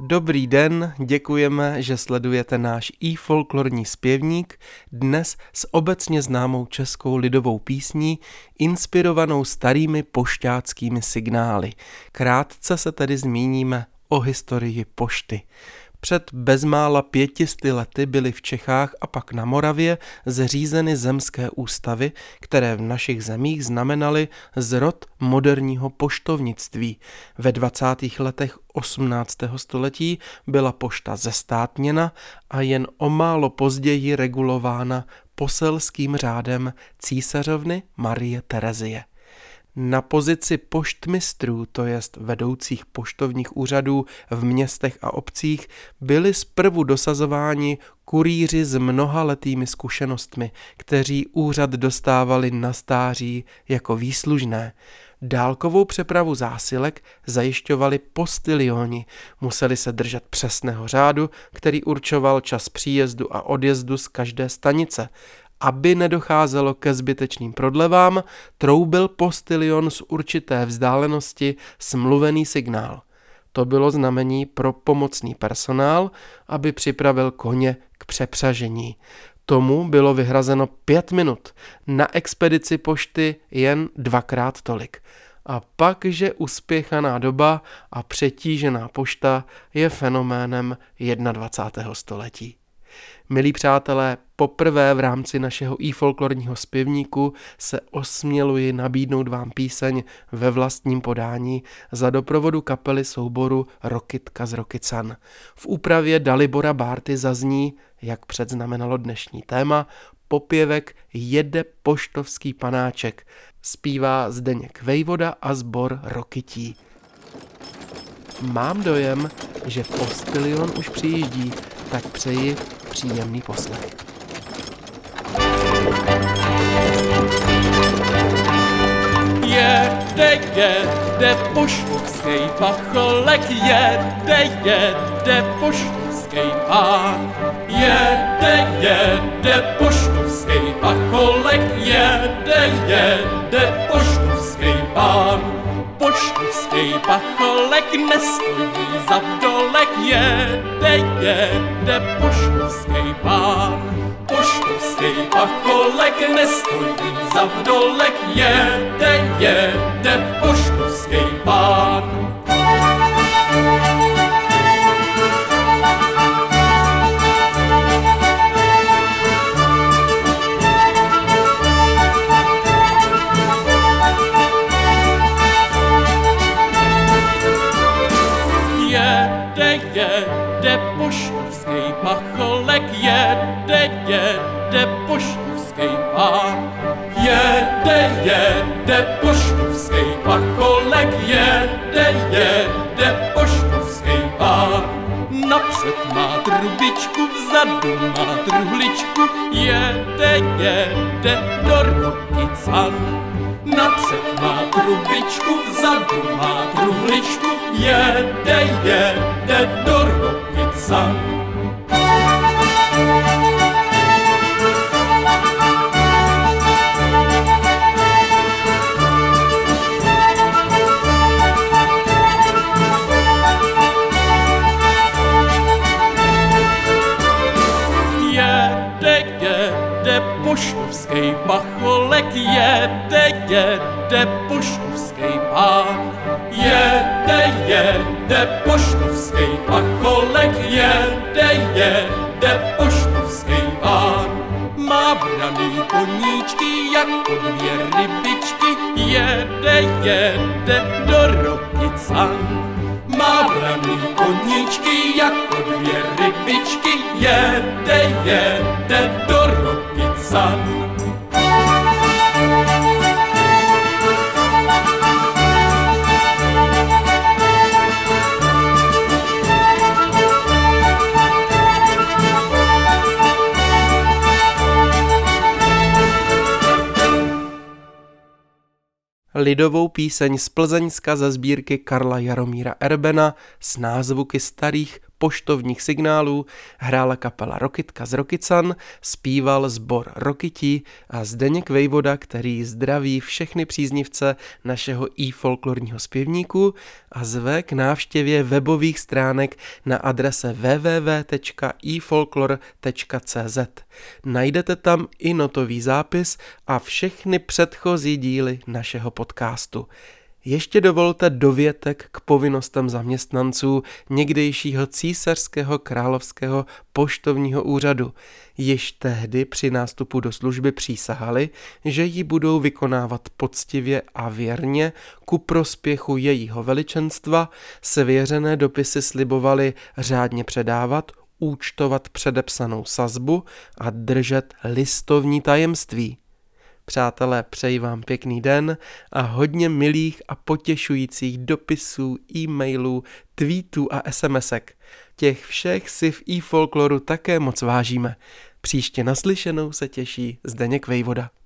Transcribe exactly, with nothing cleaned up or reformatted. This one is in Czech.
Dobrý den, děkujeme, že sledujete náš i-folklorní zpěvník, dnes s obecně známou českou lidovou písní, inspirovanou starými pošťáckými signály. Krátce se tedy zmíníme o historii pošty. Před bezmála pětisty lety byly v Čechách a pak na Moravě zřízeny zemské ústavy, které v našich zemích znamenaly zrod moderního poštovnictví. Ve dvacátých letech osmnáctého století byla pošta zestátněna a jen o málo později regulována poselským řádem císařovny Marie Terezie. Na pozici poštmistrů, to jest vedoucích poštovních úřadů v městech a obcích, byli zprvu dosazováni kurýři s mnohaletými zkušenostmi, kteří úřad dostávali na stáří jako výslužné. Dálkovou přepravu zásilek zajišťovali postilioni, museli se držet přesného řádu, který určoval čas příjezdu a odjezdu z každé stanice. Aby nedocházelo ke zbytečným prodlevám, troubil postilion z určité vzdálenosti smluvený signál. To bylo znamení pro pomocný personál, aby připravil koně k přepřažení. Tomu bylo vyhrazeno pět minut, na expedici pošty jen dvakrát tolik. A pak, že uspěchaná doba a přetížená pošta je fenoménem dvacátého prvního století. Milí přátelé, poprvé v rámci našeho i-folklorního zpěvníku se osměluji nabídnout vám píseň ve vlastním podání za doprovodu kapely souboru Rokytka z Rokycan. V úpravě Dalibora Bárty zazní, jak předznamenalo dnešní téma, popěvek Jede poštovský panáček. Zpívá Zdeněk Vejvoda a sbor Rokytí. Mám dojem, že postilion už přijíždí, tak přeji příjemný poslech. Jede, jede poštovský pacholek, jede, jede poštovský pán. Jede, jede poštovský pacholek, jede, jede poštovský pán. Poštovský pacholek nestojí za vdolek, jede, jede poštovský pán. Poštovský pacholek nestojí za vdolek, jede, jede poštovský pán. Jede poštovský pacholek, jede, jede poštovský pán. Jede, jede poštovský pacholek, jede, jede poštovský pán. Napřed má trubičku, vzadu má truhličku, jede, jede do Rokycan. Napřed má trubičku, vzadu má truhličku, jede, jede do Rokycan. Jede, jede poštovský pacholek, jede, jede poštovský pán. Jede, jede poštovský pacholek, jede, jede poštovský pán. Má braný koníčky jako dvě rybičky, jede, jede do Rokycan. Má braný koníčky jako dvě rybičky, jede, jede do Rokycan. Lidovou píseň z Plzeňska ze sbírky Karla Jaromíra Erbena s názvuky starých poštovních signálů hrála kapela Rokytka z Rokycan, zpíval sbor Rokyti a Zdeněk Vejvoda, který zdraví všechny příznivce našeho i-folklorního zpěvníku a zve k návštěvě webových stránek na adrese w w w tečka i folklor tečka c z. Najdete tam i notový zápis a všechny předchozí díly našeho podcastu. Ještě dovolte dovětek k povinnostem zaměstnanců někdejšího císařského královského poštovního úřadu. Již tehdy při nástupu do služby přísahali, že ji budou vykonávat poctivě a věrně ku prospěchu jejího veličenstva, svěřené dopisy slibovali řádně předávat, účtovat předepsanou sazbu a držet listovní tajemství. Přátelé, přeji vám pěkný den a hodně milých a potěšujících dopisů, e-mailů, tweetů a SMSek. Těch všech si v i-folkloru také moc vážíme. Příště naslyšenou se těší Zdeněk Vejvoda.